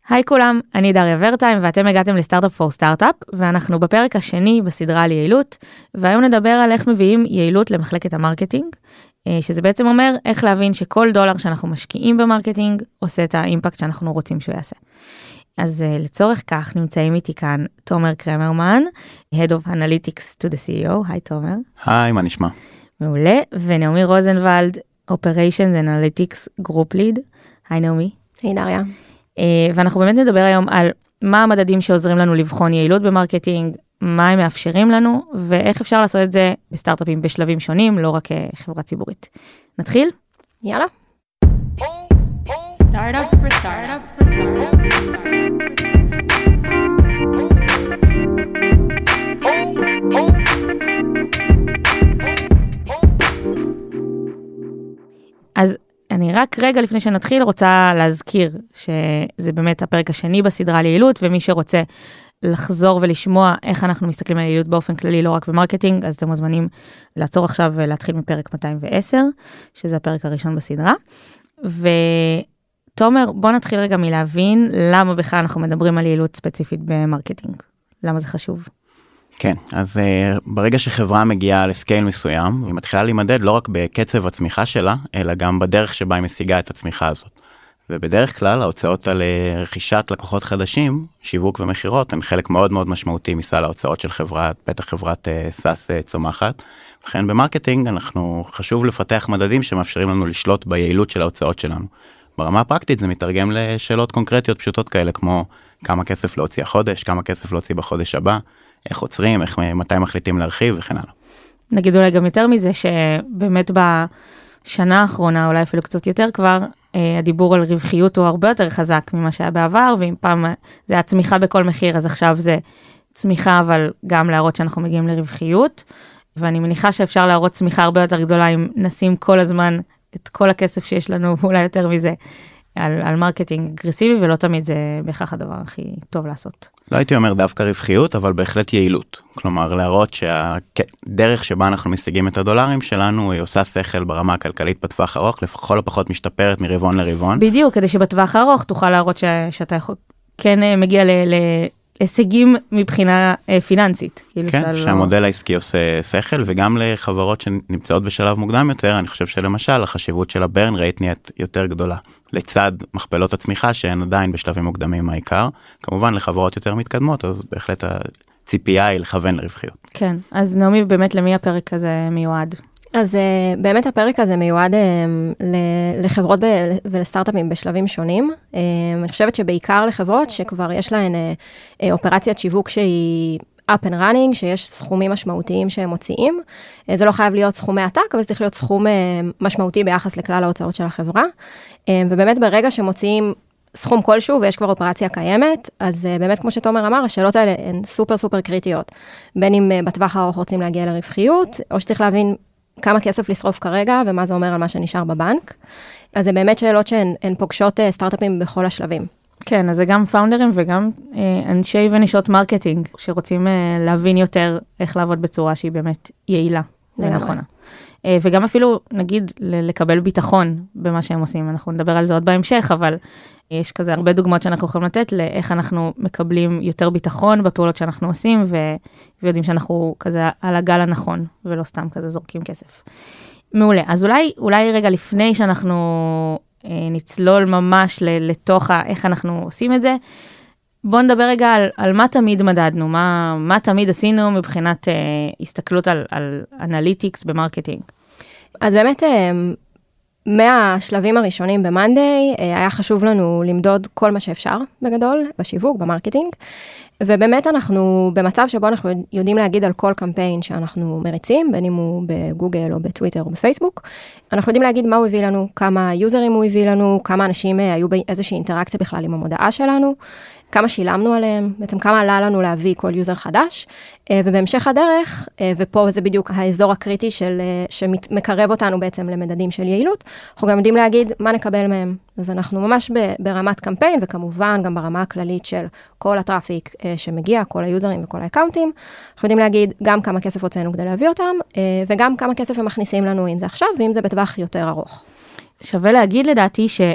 היי כולם, אני דריה ורטיים ואתם הגעתם לסטארט-אפ פור סטארט-אפ, ואנחנו בפרק השני בסדרה על יעילות, והיום נדבר על איך מביאים יעילות למחלקת המרקטינג, שזה בעצם אומר איך להבין שכל דולר שאנחנו משקיעים במרקטינג עושה את האימפקט שאנחנו רוצים שהוא יעשה. אז לצורך כך נמצאים איתי כאן תומר קרמרמן, Head of Analytics to the CEO. היי תומר. היי, מה נשמע? מעולה, ונעמי רוזנבלד, Operations Analytics Group Lead. היי נעמי. היי דריה. ואנחנו באמת נדבר היום על מה המדדים שעוזרים לנו לבחון יעילות במרקטינג, מה הם מאפשרים לנו, ואיך אפשר לעשות את זה בסטארט-אפים בשלבים שונים, לא רק חברה ציבורית. נתחיל? יאללה. Startup for startup for startup. אז אני רק רגע לפני שנתחיל רוצה להזכיר שזה באמת הפרק השני בסדרה על יעילות, ומי שרוצה לחזור ולשמוע איך אנחנו מסתכלים על יעילות באופן כללי, לא רק במרקטינג, אז אתם מוזמנים לעצור עכשיו ולהתחיל מפרק 210, שזה הפרק הראשון בסדרה. ותומר, בוא נתחיל רגע מלהבין למה בכלל אנחנו מדברים על יעילות ספציפית במרקטינג. למה זה חשוב? כן, אז ברגע שחברה מגיעה לסקייל מסוים, היא מתחילה להימדד לא רק בקצב הצמיחה שלה, אלא גם בדרך שבה היא משיגה את הצמיחה הזאת. ובדרך כלל, ההוצאות על רכישת לקוחות חדשים, שיווק ומחירות, הן חלק מאוד מאוד משמעותי מסל ההוצאות של חברה, בטח חברת סאס צומחת. לכן במרקטינג חשוב לפתח מדדים שמאפשרים לנו לשלוט ביעילות של ההוצאות שלנו. ברמה הפרקטית זה מתרגם לשאלות קונקרטיות פשוטות כאלה, כמו כמה כסף להוציא החודש, כמה כסף להוציא בחודש הבא, איך עוצרים, מתי מחליטים להרחיב וכן הלאה. נגיד אולי גם יותר מזה שבאמת בשנה האחרונה, אולי אפילו קצת יותר כבר, הדיבור על רווחיות הוא הרבה יותר חזק ממה שהיה בעבר, ואם פעם זה היה צמיחה בכל מחיר, אז עכשיו זה צמיחה, אבל גם להראות שאנחנו מגיעים לרווחיות, ואני מניחה שאפשר להראות צמיחה הרבה יותר גדולה, אם נשים כל הזמן את כל הכסף שיש לנו, ואולי יותר מזה, על מרקטינג אגרסיבי, ולא תמיד זה בהכרח הדבר הכי טוב לעשות. לא הייתי אומר דווקא רווחיות, אבל בהחלט יעילות. כלומר, להראות שהדרך שבה אנחנו משיגים את הדולרים שלנו, היא עושה שכל ברמה הכלכלית בטווח ארוך, לכל הפחות משתפרת מרבעון לרבעון. בדיוק, כדי שבטווח הארוך תוכל להראות שאתה כן מגיע להישגים מבחינה פיננסית. כן, שהמודל העסקי עושה שכל, וגם לחברות שנמצאות בשלב מוקדם יותר, אני חושב שלמשל, החשיבות של הברן רייט נהיית יותר גדולה. לצד מכפלות הצמיחה שהן עדיין בשלבים מוקדמים מהעיקר, כמובן לחברות יותר מתקדמות, אז בהחלט הציפייה היא לכוון לרווחיות. כן, אז נעמי, באמת למי הפרק הזה מיועד? אז באמת הפרק הזה מיועד לחברות ולסטארט-אפים בשלבים שונים. אני חושבת שבעיקר לחברות שכבר יש להן אופרציית שיווק שהיא up and running, שיש סכומים משמעותיים שהם מוציאים. זה לא חייב להיות סכומי עתק, אבל זה צריך להיות סכום משמעותי ביחס לכלל ההוצאות של החברה. ובאמת ברגע שמוציאים סכום כלשהו ויש כבר אופרציה קיימת, אז באמת כמו שתומר אמר, השאלות האלה הן סופר סופר קריטיות. בין אם בטווח הארוך רוצים להגיע לרווחיות, או שצריך להבין כמה כסף לשרוף כרגע ומה זה אומר על מה שנשאר בבנק. אז זה באמת שאלות שהן פוגשות סטארט-אפים בכל השלבים. כן, אז זה גם פאונדרים וגם אנשי ונשות מרקטינג, שרוצים להבין יותר איך לעבוד בצורה שהיא באמת יעילה ונכונה. וגם אפילו, נגיד, לקבל ביטחון במה שהם עושים. אנחנו נדבר על זה עוד בהמשך, אבל יש כזה הרבה דוגמאות שאנחנו יכולים לתת לאיך אנחנו מקבלים יותר ביטחון בפעולות שאנחנו עושים, ויודעים שאנחנו כזה על הגל הנכון, ולא סתם כזה זורקים כסף. מעולה. אז אולי רגע לפני שאנחנו נצלול ממש לתוך איך אנחנו עושים את זה, בואו נדבר רגע על מה תמיד מדדנו, מה תמיד עשינו מבחינת הסתכלות על אנליטיקס במרקטינג. אז באמת, מהשלבים הראשונים במנדיי, היה חשוב לנו למדוד כל מה שאפשר בגדול, בשיווק, במרקטינג, ובאמת אנחנו במצב שבו אנחנו יודעים להגיד על כל קמפיין שאנחנו מריצים, בין אם הוא בגוגל או בטוויטר או בפייסבוק, אנחנו יודעים להגיד מה הוא הביא לנו, כמה יוזרים הוא הביא לנו, כמה אנשים היו באיזושהי אינטראקציה בכלל עם המודעה שלנו, כמה שילמנו עליהם, בעצם כמה עלה לנו להביא כל יוזר חדש, ובהמשך הדרך, ופה זה בדיוק האזור הקריטי שמקרב אותנו בעצם למדדים של יעילות, אנחנו גם יודעים להגיד מה נקבל מהם. אז אנחנו ממש ברמת קמפיין, וכמובן גם ברמה הכללית של כל הטראפיק שמגיע, כל היוזרים וכל האקאונטים, אנחנו יודעים להגיד גם כמה כסף הוצאנו כדי להביא אותם, וגם כמה כסף הם מכניסים לנו, אם זה עכשיו, ואם זה בטווח יותר ארוך. שווה להגיד לדעתי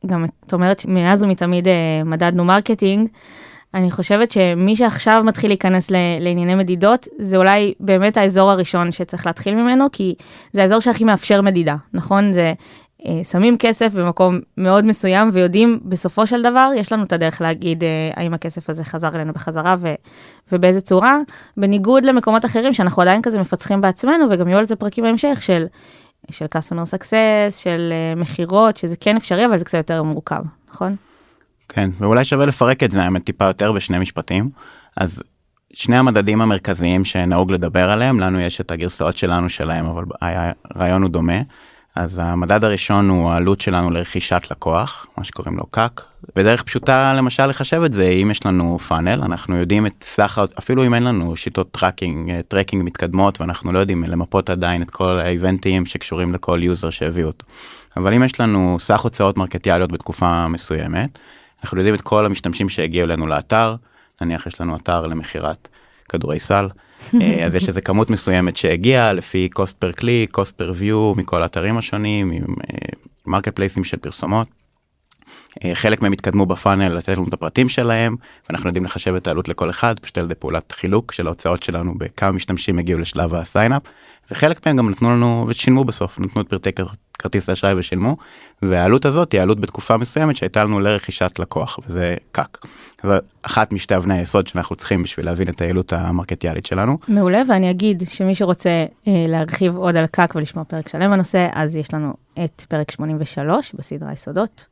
גם את אומרת, מאז ומתמיד מדדנו מרקטינג, אני חושבת שמי שעכשיו מתחיל להיכנס לענייני מדידות, זה אולי באמת האזור הראשון שצריך להתחיל ממנו, כי זה האזור שהכי מאפשר מדידה, נכון? זה שמים כסף במקום מאוד מסוים, ויודעים בסופו של דבר, יש לנו את הדרך להגיד האם הכסף הזה חזר אלינו בחזרה, ובאיזה צורה, בניגוד למקומות אחרים שאנחנו עדיין כזה מפצחים בעצמנו, וגם יהיו על זה פרקים בהמשך של customer success, של מחירות, שזה כן אפשרי, אבל זה קצת יותר מורכב, נכון? כן, ואולי שווה לפרק את זה, האמת טיפה יותר בשני משפטים. אז שני המדדים המרכזיים שנהוג לדבר עליהם, לנו יש את הגרסאות שלנו שלהם, אבל הרעיון הוא דומה. אז המדד הראשון הוא העלות שלנו לרכישת לקוח, מה שקוראים לו קאק. בדרך פשוטה למשל לחשב את זה, אם יש לנו פאנל, אנחנו יודעים את סך, אפילו אם אין לנו שיטות טרקינג מתקדמות, ואנחנו לא יודעים למפות עדיין את כל האיבנטים שקשורים לכל יוזר שהביאו אותו. אבל אם יש לנו סך הוצאות מרקטיאליות בתקופה מסוימת, אנחנו יודעים את כל המשתמשים שהגיעו אלינו לאתר, נניח יש לנו אתר למחירת כדורי סל, אז יש איזו כמות מסוימת שהגיעה לפי cost per click, cost per view, מכל האתרים השונים, עם מרקט פלייסים של פרסומות. חלק מהם התקדמו בפאנל לתת לנו את הפרטים שלהם, ואנחנו יודעים לחשב את העלות לכל אחד, פשוט על ידי פעולת חילוק של ההוצאות שלנו בכמה משתמשים הגיעו לשלב הסיינאפ, וחלק מהם גם נתנו לנו ושילמו בסוף, נתנו את פרטי כרטיס האשראי ושילמו, והעלות הזאת היא העלות בתקופה מסוימת שהייתה לנו לרכישת לקוח, וזה קאק. זו אחת משתי אבני היסוד שאנחנו צריכים בשביל להבין את העלות המרקטיאלית שלנו. מעולה, ואני אגיד שמי שרוצה להרחיב עוד על קאק ולשמוע פרק שלם בנושא, אז יש לנו את פרק 83 בסדרה יסודות.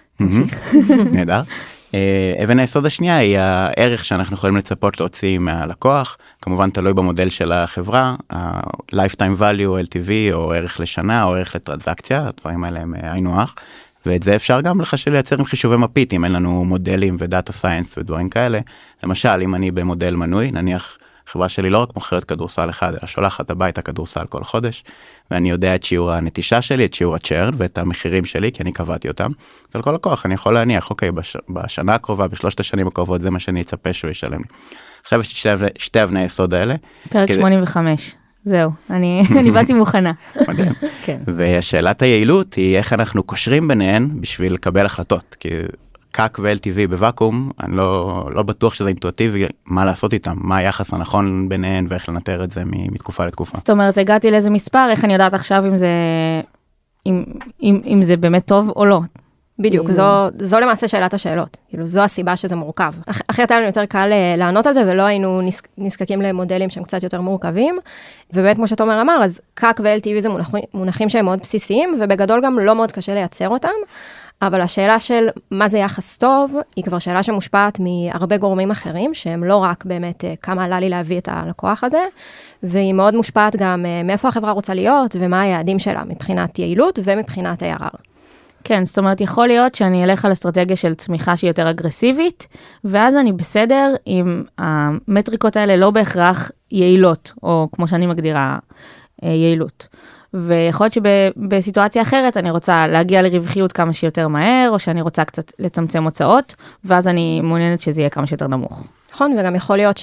נהדר. אבן היסוד השנייה היא הערך שאנחנו יכולים לצפות להוציא מהלקוח, כמובן תלוי במודל של החברה, ה-lifetime value, LTV, או ערך לשנה, או ערך לטרנזקציה, הדברים האלה הם היינו הך, ואת זה אפשר גם לייצר עם חישובי מפית, אם אין לנו מודלים ודאטה סיינס ודברים כאלה. למשל, אם אני במודל מנוי, נניח החברה שלי לא רק מוכרת כדורסל אחד, אלא שולחת הביתה כדורסל כל חודש, ואני יודע את שיעור הנטישה שלי, את שיעור הצ'רן ואת המחירים שלי, כי אני קבעתי אותם. אז על כל לקוח אני יכול להניח, אוקיי, בשנה הקרובה, בשלושת השנים הקרובות, זה מה שאני אצפה שהוא ישלם לי. עכשיו יש שתי אבני היסוד האלה. פרק 85, זהו, אני באתי מוכנה. מדהים. ושאלת היעילות היא איך אנחנו קושרים ביניהן בשביל לקבל החלטות, כי קאק ו-LTV בוואקום, אני לא בטוח שזה אינטואיטיבי, מה לעשות איתם, מה היחס הנכון ביניהן, ואיך לנטר את זה מתקופה לתקופה. זאת אומרת, הגעתי לאיזה מספר, איך אני יודעת עכשיו אם זה באמת טוב או לא. בדיוק, זו למעשה שאלת השאלות, כאילו זו הסיבה שזה מורכב. אחרת היה לנו יותר קל לענות על זה, ולא היינו נזקקים למודלים שהם קצת יותר מורכבים, ובאמת כמו שתומר אמר, אז קאק ו-LTV זה מונחים שהם מאוד בסיסיים, ובגדול גם לא מאוד קשה לייצר אותם, אבל השאלה של מה זה יחס טוב, היא כבר שאלה שמושפעת מהרבה גורמים אחרים, שהם לא רק באמת כמה עלה לי להביא את הלקוח הזה, והיא מאוד מושפעת גם מאיפה החברה רוצה להיות, ומה היעדים שלה מבחינת יעילות ומבחינת ARR. כן, זאת אומרת, יכול להיות שאני אלך על אסטרטגיה של צמיחה שהיא יותר אגרסיבית, ואז אני בסדר אם המטריקות האלה לא בהכרח יעילות, או כמו שאני מגדירה, יעילות. ויכול להיות שבסיטואציה אחרת אני רוצה להגיע לרווחיות כמה שיותר מהר, או שאני רוצה קצת לצמצם הוצאות, ואז אני מעוניינת שזה יהיה כמה שיותר נמוך. נכון, וגם יכול להיות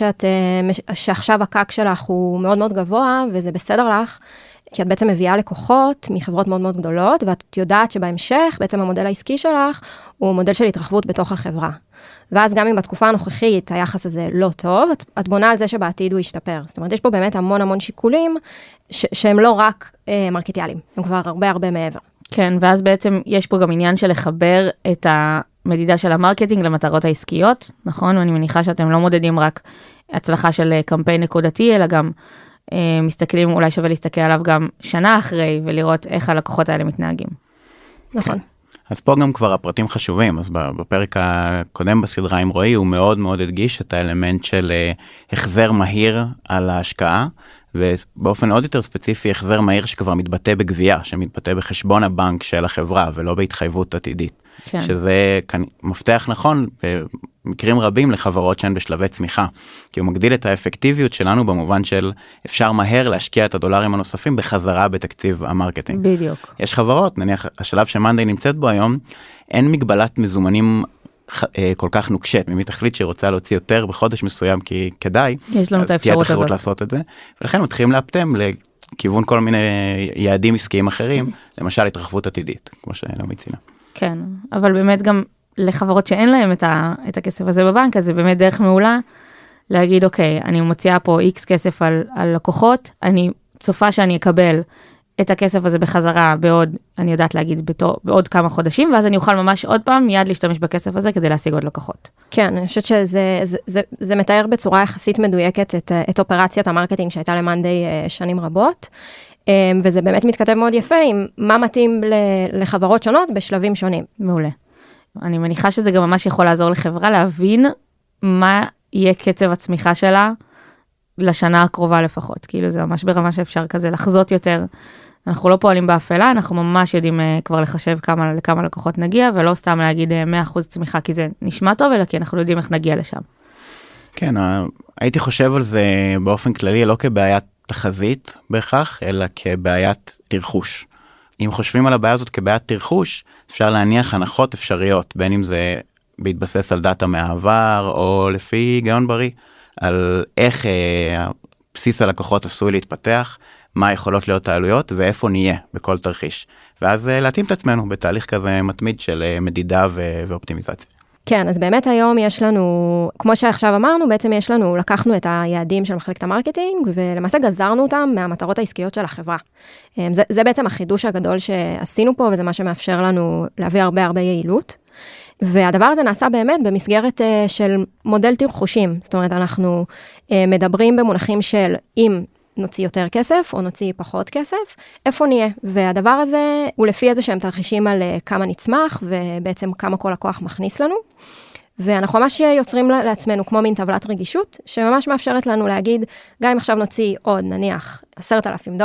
שעכשיו הקאק שלך הוא מאוד מאוד גבוה, וזה בסדר לך, כי את בעצם מביאה לקוחות מחברות מאוד מאוד גדולות, ואת יודעת שבהמשך בעצם המודל העסקי שלך הוא מודל של התרחבות בתוך החברה. ואז גם אם בתקופה הנוכחית היחס הזה לא טוב, את בונה על זה שבעתיד הוא ישתפר. זאת אומרת, יש פה באמת המון המון שיקולים שהם לא רק מרקטיאליים, הם כבר הרבה מעבר. כן, ואז בעצם יש פה גם עניין של לחבר את המדידה של המרקטינג למטרות העסקיות, נכון? ואני מניחה שאתם לא מודדים רק הצלחה של קמפיין נקודתי, אלא גם מסתכלים, אולי שווה להסתכל עליו גם שנה אחרי, ולראות איך הלקוחות האלה מתנהגים. נכון. אז פה גם כבר הפרטים חשובים, אז בפרק הקודם בסדרה עם רועי, הוא מאוד מאוד הדגיש את האלמנט של החזר מהיר על ההשקעה, ובאופן עוד יותר ספציפי, החזר מהיר שכבר מתבטא בגבייה, שמתבטא בחשבון הבנק של החברה, ולא בהתחייבות עתידית. כן. שזה מפתח נכון במקרים רבים לחברות שהן בשלבי צמיחה, כי הוא מגדיל את האפקטיביות שלנו במובן של אפשר מהר להשקיע את הדולרים הנוספים בחזרה בתקציב המרקטינג. בדיוק. יש חברות, נניח השלב שמאנדיי נמצאת בו היום, אין מגבלת מזומנים כל כך נוקשת, ממי תחליט שהיא רוצה להוציא יותר בחודש מסוים כי כדאי, יש לנו אז תהיה תחרות לעשות את זה, ולכן מתחילים להפתם לכיוון כל מיני יעדים עסקיים אחרים, למשל התרחבות עתידית, כמו שלא מצינה. כן, אבל באמת גם לחברות שאין להם את הכסף הזה בבנק, אז זה באמת דרך מעולה להגיד, אוקיי, אני מוציאה פה X כסף על לקוחות, אני צופה שאני אקבל את הכסף הזה בחזרה בעוד, אני יודעת להגיד, בעוד כמה חודשים, ואז אני אוכל ממש עוד פעם מיד להשתמש בכסף הזה כדי להשיג עוד לקוחות. כן, אני חושבת שזה מתאר בצורה יחסית מדויקת את אופרציית המרקטינג שהייתה למאנדיי שנים רבות, וזה באמת מתכתב מאוד יפה עם מה מתאים לחברות שונות בשלבים שונים. מעולה. אני מניחה שזה גם ממש יכול לעזור לחברה להבין מה יהיה קצב הצמיחה שלה לשנה הקרובה לפחות. כאילו זה ממש ברמה שאפשר כזה לחזות יותר. אנחנו לא פועלים באפלה, אנחנו ממש יודעים כבר לחשב לכמה לקוחות נגיע, ולא סתם להגיד 100% צמיחה כי זה נשמע טוב, אלא כי אנחנו יודעים איך נגיע לשם. כן, הייתי חושב על זה באופן כללי, לא כבעיית תחזית בהכרח, אלא כבעיית תרחוש. אם חושבים על הבעיה הזאת כבעיית תרחוש, אפשר להניח הנחות אפשריות, בין אם זה בהתבסס על דאטה מהעבר, או לפי היגיון בריא, על איך בסיס הלקוחות עשוי להתפתח, מה יכולות להיות העלויות, ואיפה נהיה בכל תרחיש. ואז להתאים את עצמנו בתהליך כזה מתמיד של מדידה ואופטימיזציה. כן, אז באמת היום יש לנו, כמו שעכשיו אמרנו, בעצם לקחנו את היעדים של מחלקת המרקטינג, ולמעשה גזרנו אותם מהמטרות העסקיות של החברה. זה בעצם החידוש הגדול שעשינו פה, וזה מה שמאפשר לנו להביא הרבה יעילות. והדבר הזה נעשה באמת במסגרת של מודל תרחושים. זאת אומרת, אנחנו מדברים במונחים של אם נוציא יותר כסף או נוציא פחות כסף, איפה נהיה? והדבר הזה הוא לפי איזה שהם תרחישים על כמה נצמח, ובעצם כמה כל לקוח מכניס לנו. ואנחנו ממש יוצרים לעצמנו כמו מין טבלת רגישות, שממש מאפשרת לנו להגיד, גם אם עכשיו נוציא עוד נניח $10,000,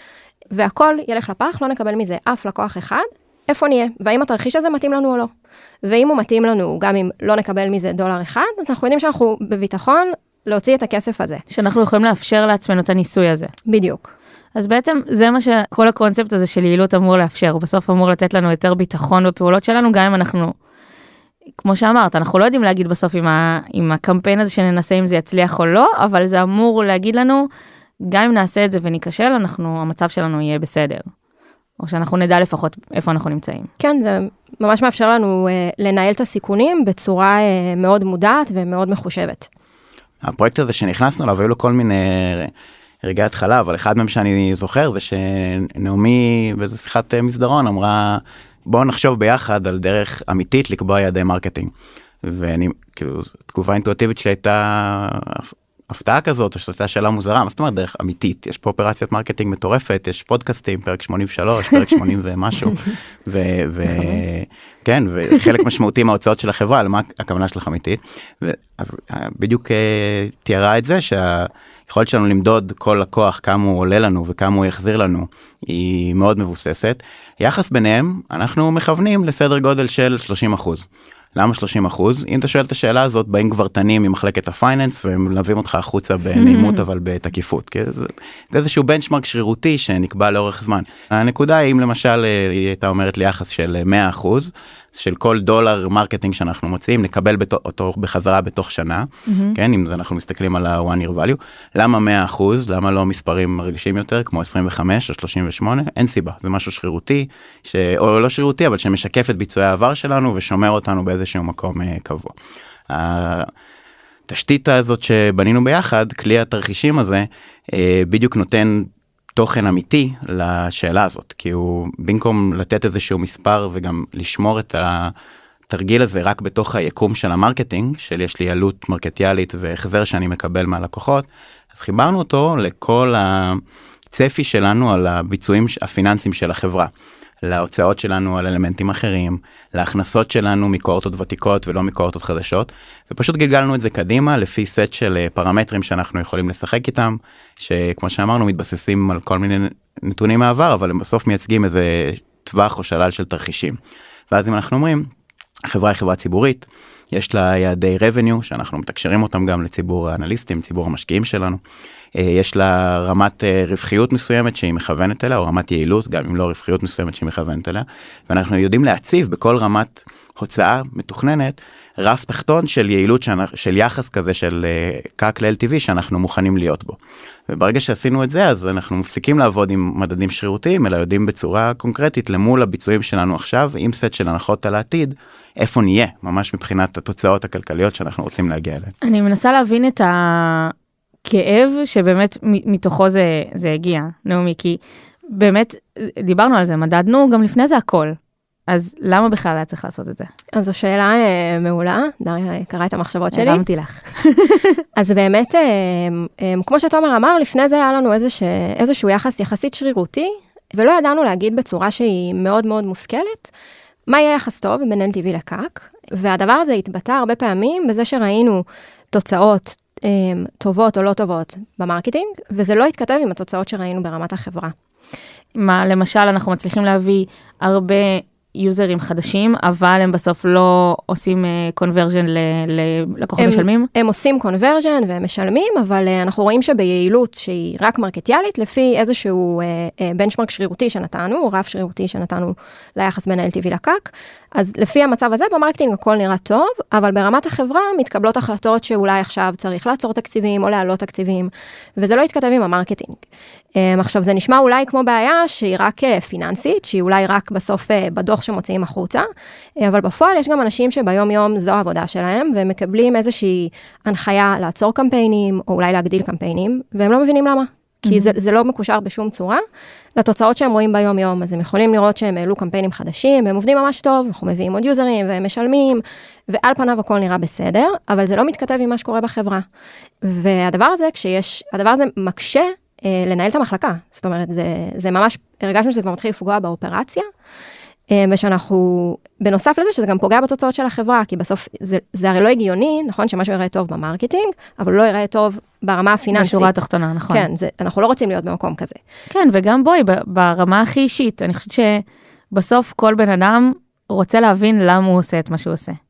והכל ילך לפח, לא נקבל מזה אף לקוח אחד, איפה נהיה? והאם התרחיש הזה מתאים לנו או לא? ואם הוא מתאים לנו, גם אם לא נקבל מזה $1, אז אנחנו יודעים שאנחנו בביטחון להוציא את הכסף הזה. שאנחנו יכולים לאפשר לעצמנו את הניסוי הזה. בדיוק. אז בעצם זה מה שכל הקונספט הזה של יעילות אמור לאפשר, הוא בסוף אמור לתת לנו יותר ביטחון בפעולות שלנו, גם אם אנחנו, כמו שאמרת, אנחנו לא יודעים להגיד בסוף עם הקמפיין הזה שננסה אם זה יצליח או לא, אבל זה אמור להגיד לנו, גם אם נעשה את זה וניכשל, המצב שלנו יהיה בסדר. או שאנחנו נדע לפחות איפה אנחנו נמצאים. כן, זה ממש מאפשר לנו לנהל את הסיכונים בצורה מאוד מודעת ומאוד מחושבת. הפרויקט הזה שנכנסנו אליו, היו לו כל מיני רגעי התחלה, אבל אחד מהם שאני זוכר זה שנעמי באיזו שיחת מסדרון אמרה, בואו נחשוב ביחד על דרך אמיתית לקבוע יעדי מרקטינג. ואני, כאילו, תגובה אינטואיטיבית שלי הייתה הפתעה כזאת, או שזאת הייתה שאלה מוזרה, מה זאת אומרת דרך אמיתית? יש פה אופרציית מרקטינג מטורפת, יש פודקאסטים, פרק 83, פרק 80 ומשהו, כן, וחלק משמעותי מההוצאות של החברה, למה הכוונה שלך אמיתית? אז בדיוק תיארה את זה, שהיכולת שלנו למדוד כל לקוח, כמה הוא עולה לנו וכמה הוא יחזיר לנו, היא מאוד מבוססת. יחס ביניהם, אנחנו מכוונים לסדר גודל של 30%. למה 30%? אם אתה שואל את השאלה הזאת, באים גברתנים ממחלקת הפייננס, והם מלווים אותך החוצה בנעימות, אבל בתקיפות. זה איזשהו בנצ'מרק שרירותי שנקבע לאורך זמן. הנקודה היא, אם למשל, היא הייתה אומרת לי יחס של 100%, של כל דולר מרקטינג שאנחנו מוצאים, נקבל אותו בחזרה בתוך שנה, כן, אם אנחנו מסתכלים על ה-one year value, למה 100%? למה לא מספרים מרגשים יותר, כמו 25 או 38? אין סיבה, זה משהו שרירותי, או לא שרירותי, אבל שמשקף את ביצועי העבר שלנו, ושומר אותנו באיזשהו מקום קבוע. התשתית הזאת שבנינו ביחד, כלי התרחישים הזה, בדיוק נותן תוכן אמיתי לשאלה הזאת, כי הוא במקום לתת איזשהו מספר וגם לשמור את התרגיל הזה רק בתוך היקום של המרקטינג, של יש לי עלות מרקטיאלית והחזר שאני מקבל מהלקוחות, אז חיברנו אותו לכל הצפי שלנו על הביצועים הפיננסיים של החברה, להוצאות שלנו על אלמנטים אחרים, להכנסות שלנו מקורטות ותיקות ולא מקורטות חדשות, ופשוט גלגלנו את זה קדימה לפי סט של פרמטרים שאנחנו יכולים לשחק איתם, שכמו שאמרנו מתבססים על כל מיני נתונים מעבר, אבל הם בסוף מייצגים איזה טווח או שלל של תרחישים. ואז אם אנחנו אומרים, החברה היא חברה ציבורית, יש לה יעדי revenue, שאנחנו מתקשרים אותם גם לציבור האנליסטים, ציבור המשקיעים שלנו, יש לה רמת רווחיות מסוימת שהיא מכוונת אליה, או רמת יעילות, גם אם לא רווחיות מסוימת שהיא מכוונת אליה, ואנחנו יודעים להציב בכל רמת הוצאה מתוכננת, רף תחתון של יעילות, של יחס כזה של קאק ל-LTV שאנחנו מוכנים להיות בו. וברגע שעשינו את זה, אז אנחנו מפסיקים לעבוד עם מדדים שרירותיים, אלא יודעים בצורה קונקרטית למול הביצועים שלנו עכשיו, עם סט של הנחות על העתיד, איפה נהיה, ממש מבחינת התוצאות הכלכליות שאנחנו רוצים להגיע אליהן. אני מנסה להבין את הכאב שבאמת מתוכו זה הגיע, נעמי, כי באמת דיברנו על זה, מדדנו גם לפני זה הכל. אז למה בכלל היה צריך לעשות את זה? אז זו שאלה מעולה, דריה קראה את המחשבות שלי. הרמתי לך. אז באמת, כמו שתומר אמר, לפני זה היה לנו איזשהו יחס יחסית שרירותי, ולא ידענו להגיד בצורה שהיא מאוד מאוד מושכלת, מה יהיה יחס טוב בין LTV לקאק, והדבר הזה התבטא הרבה פעמים בזה שראינו תוצאות טובות או לא טובות במרקטינג, וזה לא התכתב עם התוצאות שראינו ברמת החברה. מה, למשל, אנחנו מצליחים להביא הרבה יוזרים חדשים, אבל הם בסוף לא עושים קונברז'ן ללקוחות משלמים? הם עושים קונברז'ן והם משלמים, אבל אנחנו רואים שביעילות שהיא רק מרקטיאלית, לפי איזשהו בנצ'מרק שרירותי שנתנו, רף שרירותי שנתנו ליחס בין ה-LTV לקאק, אז לפי המצב הזה במרקטינג הכל נראה טוב, אבל ברמת החברה מתקבלות החלטות שאולי עכשיו צריך לעצור תקציבים או להעלות תקציבים, וזה לא יתכתב עם המרקטינג. עכשיו זה נשמע אולי כמו בעיה שהיא רק פיננסית, שהיא אולי רק בסוף בדוח שמוציאים החוצה, אבל בפועל יש גם אנשים שביום יום זו העבודה שלהם, והם מקבלים איזושהי הנחיה לעצור קמפיינים, או אולי להגדיל קמפיינים, והם לא מבינים למה. כי זה לא מקושר בשום צורה לתוצאות שהם רואים ביום יום, אז הם יכולים לראות שהם העלו קמפיינים חדשים, והם עובדים ממש טוב, אנחנו מביאים עוד יוזרים, והם משלמים, ועל פניו הכל נראה בסדר, אבל זה לא מתכתב עם מה שקורה בחברה. והדבר הזה, הדבר הזה מקשה לנהל את המחלקה, זאת אומרת, זה ממש, הרגשנו שזה כבר מתחיל לפגוע באופרציה, ושאנחנו, בנוסף לזה, שזה גם פוגע בתוצאות של החברה, כי בסוף זה הרי לא הגיוני, נכון, שמשהו יראה טוב במרקטינג, אבל לא יראה טוב ברמה הפיננסית. בשורה התחתונה, נכון. כן, אנחנו לא רוצים להיות במקום כזה. כן, וגם בואי, ברמה הכי אישית, אני חושבת שבסוף כל בן אדם רוצה להבין למה הוא עושה את מה שהוא עושה,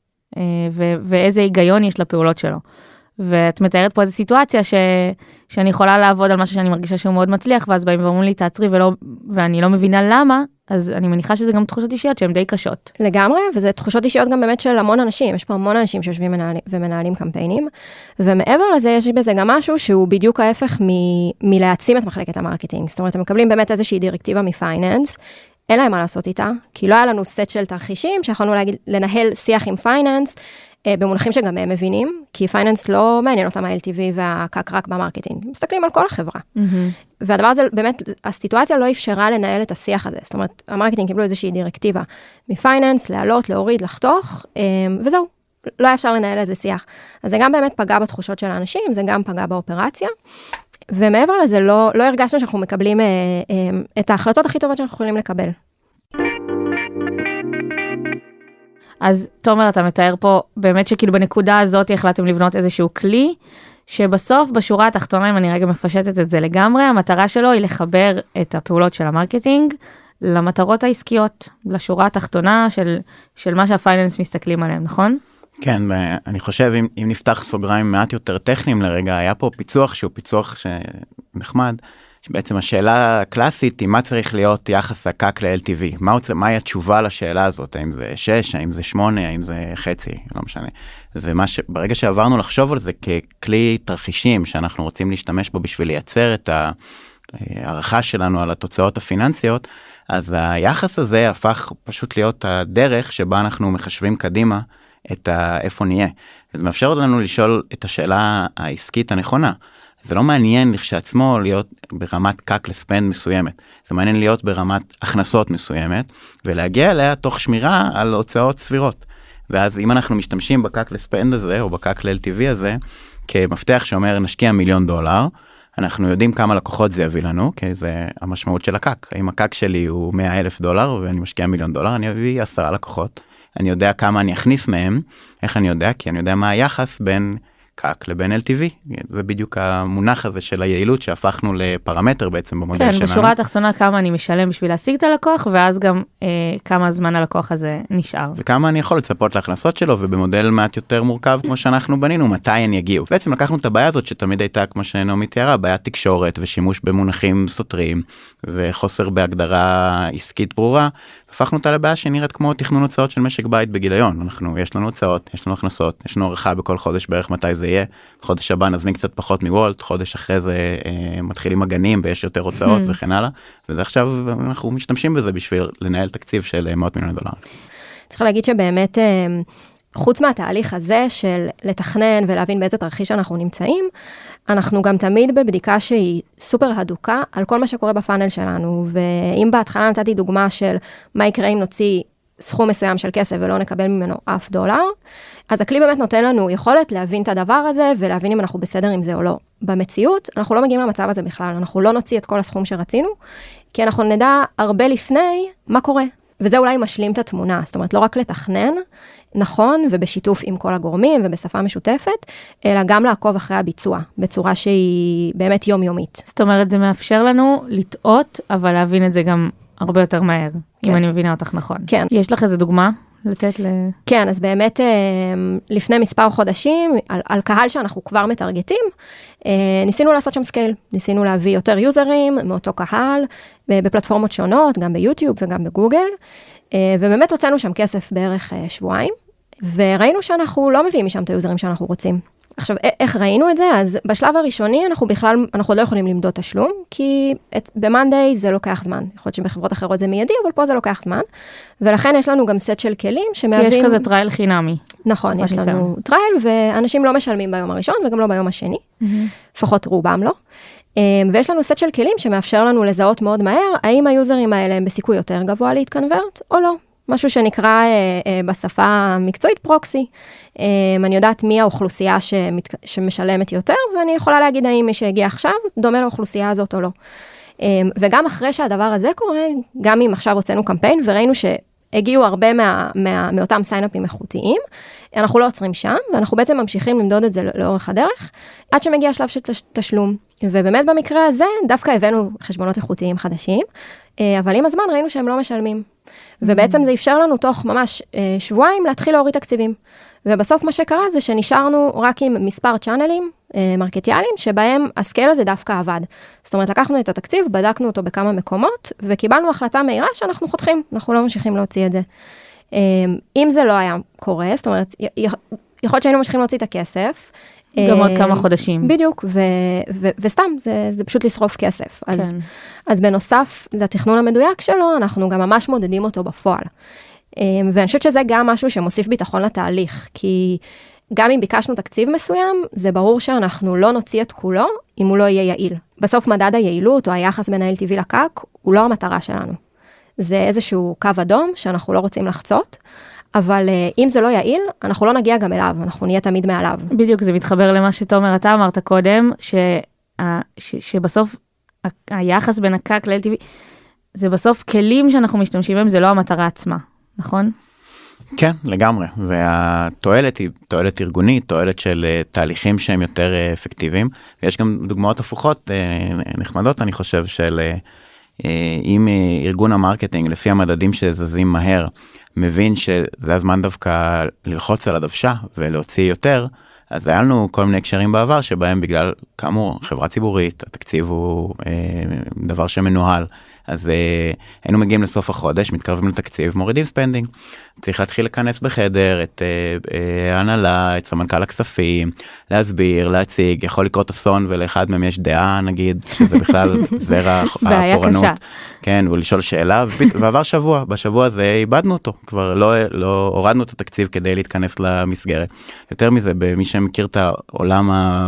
ואיזה היגיון יש לפעולות שלו. ואת מתארת פה איזו סיטואציה שאני יכולה לעבוד על משהו שאני מרגישה שהוא מאוד מצליח, ואז באים ואומרים לי, תעצרי, ואני לא מבינה למה, אז אני מניחה שזה גם תחושות אישיות שהן די קשות. לגמרי, וזה תחושות אישיות גם באמת של המון אנשים, יש פה המון אנשים שיושבים ומנהלים קמפיינים, ומעבר לזה יש בזה גם משהו שהוא בדיוק ההפך מלהעצים את מחלקת המרקטינג, זאת אומרת, הם מקבלים באמת איזושהי דירקטיבה מפייננס, אין להם מה לעשות איתה, כי לא היה לנו סט של תרחישים, שיכולנו לנהל שיח עם פייננס, במונחים שגם הם מבינים, כי פייננס לא מעניין אותם ה-LTV והקאק רק במרקטינג, מסתכלים על כל החברה. והדבר הזה, באמת, הסיטואציה לא אפשרה לנהל את השיח הזה, זאת אומרת, המרקטינג קיבלו איזושהי דירקטיבה מפייננס, להעלות, להוריד, לחתוך, וזהו, לא היה אפשר לנהל איזה שיח. אז זה גם באמת פגע בתחושות של האנשים, זה גם פגע באופרציה, ומעבר לזה, לא הרגשנו שאנחנו מקבלים את ההחלטות הכי טובות שאנחנו יכולים לקבל. אז תומר, אתה מתאר פה באמת שכאילו בנקודה הזאת החלטתם לבנות איזשהו כלי, שבסוף בשורה התחתונה, אם אני רגע מפשטת את זה לגמרי, המטרה שלו היא לחבר את הפעולות של המרקטינג למטרות העסקיות, לשורה התחתונה של מה שהפייננס מסתכלים עליהם, נכון? כן, ואני חושב אם נפתח סוגריים מעט יותר טכניים לרגע, היה פה פיצוח שהוא פיצוח שנחמד, שבעצם השאלה הקלאסית היא מה צריך להיות יחס הקאק ל-LTV, מהי התשובה לשאלה הזאת, האם זה 6, האם זה 8, האם זה חצי, לא משנה. וברגע שעברנו לחשוב על זה ככלי תרחישים שאנחנו רוצים להשתמש בו בשביל לייצר את הערכה שלנו על התוצאות הפיננסיות, אז היחס הזה הפך פשוט להיות הדרך שבה אנחנו מחשבים קדימה את איפה נהיה. זה מאפשר לנו לשאול את השאלה העסקית הנכונה. זה לא מעניין לכשעצמו להיות ברמת קאק לספנד מסוימת, זה מעניין להיות ברמת הכנסות מסוימת, ולהגיע אליה תוך שמירה על הוצאות סבירות. ואז אם אנחנו משתמשים בקאק לספנד הזה, או בקאק ל-LTV הזה, כמפתח שאומר נשקיע $1,000,000, אנחנו יודעים כמה לקוחות זה יביא לנו, כי זה המשמעות של הקאק. אם הקאק שלי הוא $100,000 ואני משקיע $1,000,000, אני אביא 10 לקוחות. אני יודע כמה אני אכניס מהם, איך אני יודע? כי אני יודע מה היחס בין קאק לבין LTV. זה בדיוק המונח הזה של היעילות שהפכנו לפרמטר בעצם במודל שלנו. כן, בשורה התחתונה כמה אני משלם בשביל להשיג את הלקוח, ואז גם כמה זמן הלקוח הזה נשאר. וכמה אני יכול לצפות להכנסות שלו, ובמודל מעט יותר מורכב כמו שאנחנו בנינו, מתי הן יגיעו. בעצם לקחנו את הבעיה הזאת שתמיד הייתה, כמו שנעמי תיארה, בעיית תקשורת ושימוש במונחים סותרים, וחוסר בהגדרה עסקית ברורה, הפכנו אותה לבעיה שנראית כמו תכנון הוצאות של משק בית בגיליון. יש לנו הוצאות, יש לנו הכנסות, יש לנו ערכה בכל חודש בערך מתי זה יהיה. חודש הבא נזמין קצת פחות מוולט, חודש אחרי זה מתחילים הגנים ויש יותר הוצאות וכן הלאה. וזה עכשיו אנחנו משתמשים בזה בשביל לנהל תקציב של $100 מיליון. צריך להגיד שבאמת, חוץ מהתהליך הזה של לתכנן ולהבין באיזה תרחיש אנחנו נמצאים, אנחנו גם תמיד בבדיקה שהיא סופר הדוקה על כל מה שקורה בפאנל שלנו, ואם בהתחלה נתתי דוגמה של מה יקרה אם נוציא סכום מסוים של כסף ולא נקבל ממנו אף דולר, אז הכלי באמת נותן לנו יכולת להבין את הדבר הזה ולהבין אם אנחנו בסדר עם זה או לא. במציאות אנחנו לא מגיעים למצב הזה בכלל, אנחנו לא נוציא את כל הסכום שרצינו, כי אנחנו נדע הרבה לפני מה קורה. וזה אולי משלים את התמונה, זאת אומרת לא רק לתכנן, נכון, ובשיתוף עם כל הגורמים ובשפה משותפת, אלא גם לעקוב אחרי הביצוע, בצורה שהיא באמת יומיומית. זאת אומרת, זה מאפשר לנו לטעות, אבל להבין את זה גם הרבה יותר מהר, אם אני מבינה אותך נכון. כן. יש לך איזה דוגמה לתת כן, אז באמת לפני מספר חודשים, על קהל שאנחנו כבר מטרגטים, ניסינו לעשות שם סקייל, ניסינו להביא יותר יוזרים מאותו קהל, בפלטפורמות שונות, גם ביוטיוב וגם בגוגל, ובאמת הוצאנו שם כסף בערך שבועיים, וראינו שאנחנו לא מביאים משם את היוזרים שאנחנו רוצים. עכשיו, איך ראינו את זה? אז בשלב הראשוני אנחנו לא יכולים למדוד תשלום, כי במאנדיי זה לוקח זמן. יכול להיות שבחברות אחרות זה מיידי, אבל פה זה לוקח זמן. ולכן יש לנו גם סט של כלים שמהווים... כי יש כזה טרייל חינמי. נכון, יש לנו טרייל, ואנשים לא משלמים ביום הראשון, וגם לא ביום השני. לפחות רובם לא. ויש לנו סט של כלים שמאפשר לנו לזהות מאוד מהר, האם היוזרים האלה הם בסיכוי יותר גבוה להתקנברט או לא. משהו שנקרא בשפה המקצועית פרוקסי. אני יודעת מי האוכלוסייה שמשלמת יותר, ואני יכולה להגיד האם מי שהגיע עכשיו דומה לאוכלוסייה הזאת או לא. וגם אחרי שהדבר הזה קורה, גם אם עכשיו הוצאנו קמפיין וראינו שהגיעו הרבה מאותם סיינאפים איכותיים, אנחנו לא עוצרים שם, ואנחנו בעצם ממשיכים למדוד את זה לאורך הדרך, עד שמגיע שלב של תשלום. ובאמת במקרה הזה, דווקא הבאנו חשבונות איכותיים חדשים, אבל עם הזמן ראינו שהם לא משלמים. ובעצם זה אפשר לנו תוך ממש שבועיים להתחיל להוריד תקציבים. ובסוף מה שקרה זה שנשארנו רק עם מספר צ'אנלים מרקטיאליים, שבהם הסקייל הזה דווקא עבד. זאת אומרת, לקחנו את התקציב, בדקנו אותו בכמה מקומות, וקיבלנו החלטה מהירה שאנחנו חותכים, אנחנו לא ממשיכים להוציא את זה. אם זה לא היה קורה, זאת אומרת, יכול להיות שהיינו ממשיכים להוציא את הכסף, גם עוד כמה חודשים. בדיוק, וסתם, זה פשוט לשרוף כסף. אז בנוסף לתכנון המדויק שלו, אנחנו גם ממש מודדים אותו בפועל. ואני חושבת שזה גם משהו שמוסיף ביטחון לתהליך, כי גם אם ביקשנו תקציב מסוים, זה ברור שאנחנו לא נוציא את כולו, אם הוא לא יהיה יעיל. בסוף מדד היעילות, או היחס בין ה-LTV לקאק, הוא לא המטרה שלנו. זה איזשהו קו אדום שאנחנו לא רוצים לחצות, אבל אם זה לא יעיל, אנחנו לא נגיע גם אליו, אנחנו נהיה תמיד מעליו. בדיוק, זה מתחבר למה שתומר, אתה אמרת קודם, שבסוף היחס בין הקאק ל-LTV, זה בסוף כלים שאנחנו משתמשים בהם, זה לא המטרה עצמה, נכון? כן, לגמרי, והתועלת היא תועלת ארגונית, תועלת של תהליכים שהם יותר אפקטיביים, ויש גם דוגמאות הפוכות נחמדות, אני חושב, של אם ארגון המרקטינג, לפי המדדים שזזים מהר, מבין שזה הזמן דווקא ללחוץ על הדוושה ולהוציא יותר, אז היה לנו כל מיני הקשרים בעבר שבהם בגלל, כאמור, חברה ציבורית, התקציב הוא דבר שמנוהל, אז היינו מגיעים לסוף החודש, מתקרבים לתקציב, מורידים ספנדינג. צריך להתחיל לכנס בחדר את ההנהלה, את סמנכ"ל הכספים, להסביר, להציג, יכול לקרות אסון ולאחד מהם יש דעה, נגיד, שזה בכלל זרע הפורענות. כן, ולשאול שאלה, ועבר שבוע, בשבוע הזה איבדנו אותו, כבר לא הורדנו את התקציב כדי להתכנס למסגרת. יותר מזה, במי שמכיר את העולם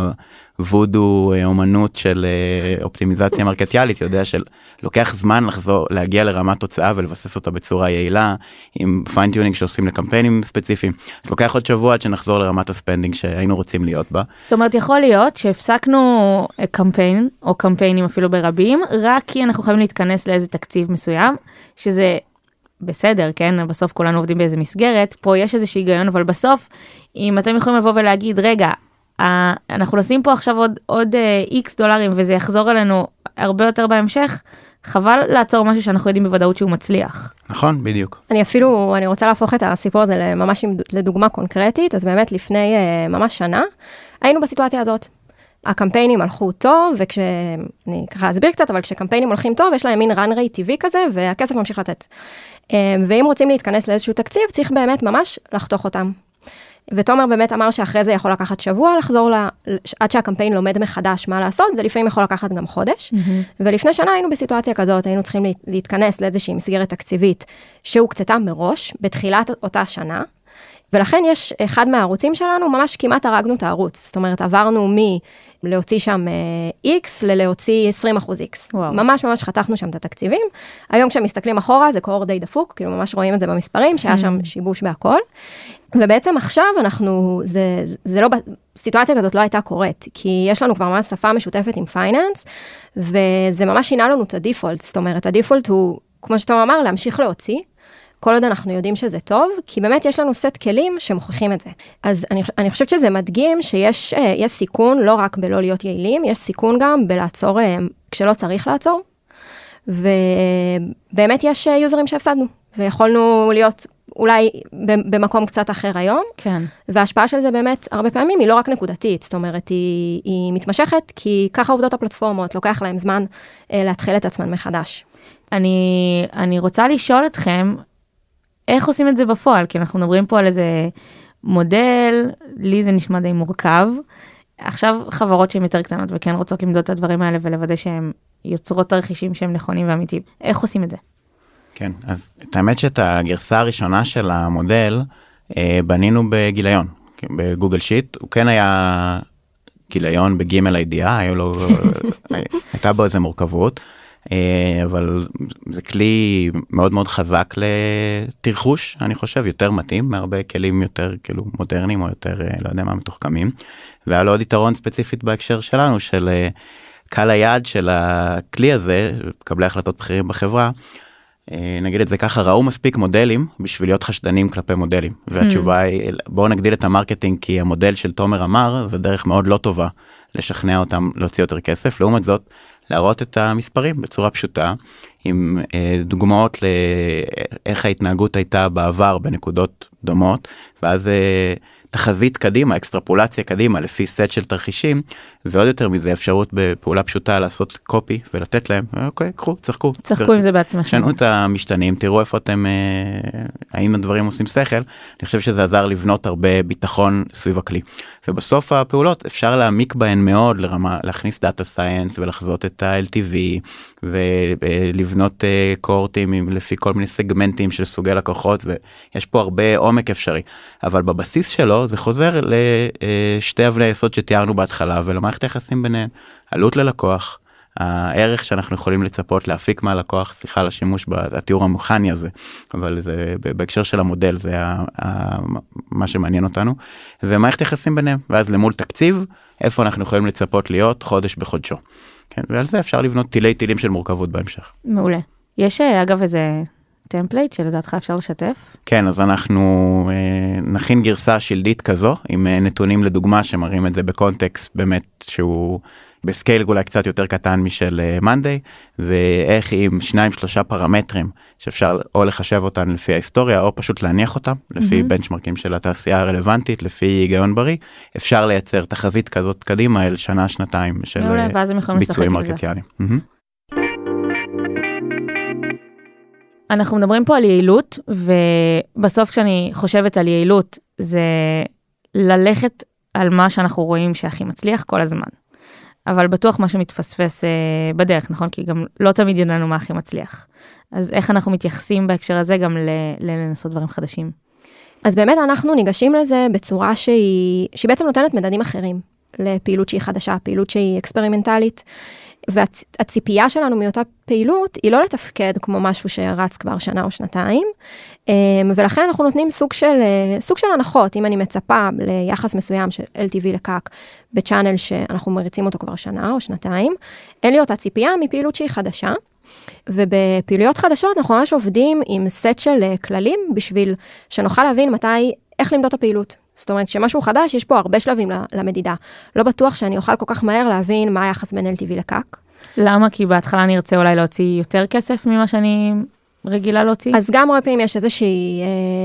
וודו, אומנות של אופטימיזציה מרקטיאלית, יודע שלוקח זמן להגיע לרמת תוצאה ולבסס אותה בצורה יעילה, עם פיינטיונינג שעושים לקמפיינים ספציפיים. אז לוקח עוד שבוע עד שנחזור לרמת הספנדינג שהיינו רוצים להיות בה. זאת אומרת, יכול להיות שהפסקנו קמפיין, או קמפיינים אפילו ברבים, רק כי אנחנו יכולים להתכנס לאיזה תקציב מסוים, שזה בסדר, כן? בסוף כולנו עובדים באיזה מסגרת, פה יש איזה היגיון, אבל בסוף, אם אתם יכולים לבוא ולהגיד, רגע, אנחנו נשים פה עכשיו עוד X דולרים, וזה יחזור אלינו הרבה יותר בהמשך, חבל לעצור משהו שאנחנו יודעים בוודאות שהוא מצליח. נכון, בדיוק. אני רוצה להפוך את הסיפור הזה ממש לדוגמה קונקרטית, אז באמת לפני ממש שנה, היינו בסיטואציה הזאת. הקמפיינים הלכו טוב, אני ככה אסביר קצת, אבל כשקמפיינים הולכים טוב, יש להם מין run rate טבעי כזה, והכסף ממשיך לתת. ואם רוצים להתכנס לאיזשהו תקציב, צריך באמת ממש לחתוך אותם. ותומר באמת אמר שאחרי זה יכול לקחת שבוע לחזור עד שהקמפיין לומד מחדש מה לעשות, זה לפעמים יכול לקחת גם חודש. ולפני שנה היינו בסיטואציה כזאת, היינו צריכים להתכנס לאיזושהי מסגרת תקציבית שהוקצתה מראש, בתחילת אותה שנה, ולכן יש אחד מהערוצים שלנו, ממש כמעט הרגנו את הערוץ. זאת אומרת, עברנו להוציא שם X ללהוציא 20% X. וואו. ממש חתכנו שם את התקציבים. היום כשמסתכלים אחורה, זה קור די דפוק, כאילו ממש רואים את זה במספרים, שהיה שם שיבוש בהכל. ובעצם עכשיו זה לא, סיטואציה כזאת לא הייתה קורית, כי יש לנו כבר ממש שפה משותפת עם פייננס, וזה ממש שינה לנו את הדיפולט. זאת אומרת, הדיפולט הוא, כמו שאתה אמר, להמשיך להוציא, כל עוד אנחנו יודעים שזה טוב, כי באמת יש לנו סט כלים שמוכיחים את זה. אז אני חושבת שזה מדגים שיש סיכון לא רק בלא להיות יעילים, יש סיכון גם בלעצור כשלא צריך לעצור, ובאמת יש יוזרים שהפסדנו, ויכולנו להיות אולי במקום קצת אחר היום, כן. וההשפעה של זה באמת הרבה פעמים היא לא רק נקודתית, זאת אומרת היא מתמשכת, כי ככה עובדות הפלטפורמות, לוקח להם זמן להתחיל את עצמן מחדש. אני רוצה לשאול אתכם, איך עושים את זה בפועל? כי אנחנו מדברים פה על איזה מודל, לי זה נשמע די מורכב. עכשיו חברות שהן יותר קטנות וכן רוצות למדוד את הדברים האלה ולוודא שהן יוצרות תרחישים שהם נכונים ואמיתיים. איך עושים את זה? כן, אז את האמת שאת הגרסה הראשונה של המודל בנינו בגיליון, בגוגל שיט. הוא כן היה גיליון בגימל הידיעה, הייתה בו איזה מורכבות. אבל זה כלי מאוד מאוד חזק לתרחוש, אני חושב, יותר מתאים, מהרבה כלים יותר כאילו מודרניים או יותר, לא יודע מה, מתוחכמים. והיה לו עוד יתרון ספציפית בהקשר שלנו, של קהל היעד של הכלי הזה, קבלי החלטות בכירים בחברה, נגיד את זה ככה, ראו מספיק מודלים בשביל להיות חשדנים כלפי מודלים. והתשובה היא, בואו נגדיל את המרקטינג, כי המודל של תומר אמר, זה דרך מאוד לא טובה לשכנע אותם להוציא יותר כסף. לעומת זאת, להראות את המספרים בצורה פשוטה, עם דוגמאות לאיך ההתנהגות הייתה בעבר בנקודות דומות, ואז תחזית קדימה, אקסטרפולציה קדימה, לפי סט של תרחישים, ועוד יותר מזה אפשרות בפעולה פשוטה לעשות קופי ולתת להם, אוקיי, קחו, צחקו. צחקו עם זה בעצמכם. שנו את המשתנים, תראו איפה אתם, האם הדברים עושים שכל, אני חושב שזה עזר לבנות הרבה ביטחון סביב הכלי. ובסוף הפעולות אפשר להעמיק בהן מאוד לרמה, להכניס דאטה סייאנס ולחזות את ה-LTV, ולבנות קורטים לפי כל מיני סגמנטים של סוגי לקוחות, ויש פה הרבה עומק אפשרי. אבל בבסיס שלו זה חוזר לשתי אבני היסוד שתיארנו בהתחלה, ולמערכת היחסים ביניהם, עלות ללקוח, הערך שאנחנו יכולים לצפות להפיק מהלקוח, סליחה על השימוש בתיאור המוכני הזה, אבל זה בהקשר של המודל, זה מה שמעניין אותנו, ומערכת יחסים ביניהם, ואז למול תקציב, איפה אנחנו יכולים לצפות להיות חודש בחודשו. כן, ועל זה אפשר לבנות טילים של מורכבות בהמשך. מעולה. יש אגב איזה טמפלייט שלדעתך אפשר לשתף? כן, אז אנחנו נכין גרסה שלדית כזו, עם נתונים לדוגמה שמראים את זה בקונטקסט באמת שהוא בסקייל אולי קצת יותר קטן משל מאנדיי, ואיך עם 2-3 פרמטרים שאפשר או לחשב אותם לפי ההיסטוריה, או פשוט להניח אותם, לפי בנצ'מרקים של התעשייה הרלוונטית, לפי היגיון בריא, אפשר לייצר תחזית כזאת קדימה אל שנה, שנתיים של ביצועים מרקטיאליים. אנחנו מדברים פה על יעילות, ובסוף כשאני חושבת על יעילות, זה ללכת על מה שאנחנו רואים שהכי מצליח כל הזמן. אבל בטוח משהו מתפספס בדרך, נכון? כי גם לא תמיד ידענו מה הכי מצליח. אז איך אנחנו מתייחסים בהקשר הזה גם לנסות דברים חדשים? אז באמת אנחנו ניגשים לזה בצורה שהיא בעצם נותנת מדדים אחרים, לפעילות שהיא חדשה, פעילות שהיא אקספרימנטלית, והציפייה שלנו מאותה פעילות היא לא לתפקד כמו משהו שרץ כבר שנה או שנתיים, ולכן אנחנו נותנים סוג של הנחות, אם אני מצפה ליחס מסוים של LTV לקק בצ'אנל שאנחנו מריצים אותו כבר שנה או שנתיים, אין לי אותה ציפייה מפעילות שהיא חדשה, ובפעילויות חדשות אנחנו ממש עובדים עם סט של כללים בשביל שנוכל להבין איך למדוד את הפעילות. זאת אומרת, שמשהו חדש, יש פה הרבה שלבים למדידה. לא בטוח שאני אוכל כל כך מהר להבין מה היחס בין LTV לקאק. למה? כי בהתחלה אני ארצה אולי להוציא יותר כסף ממה שאני רגילה להוציא? אז גם הרבה פעמים יש איזושהי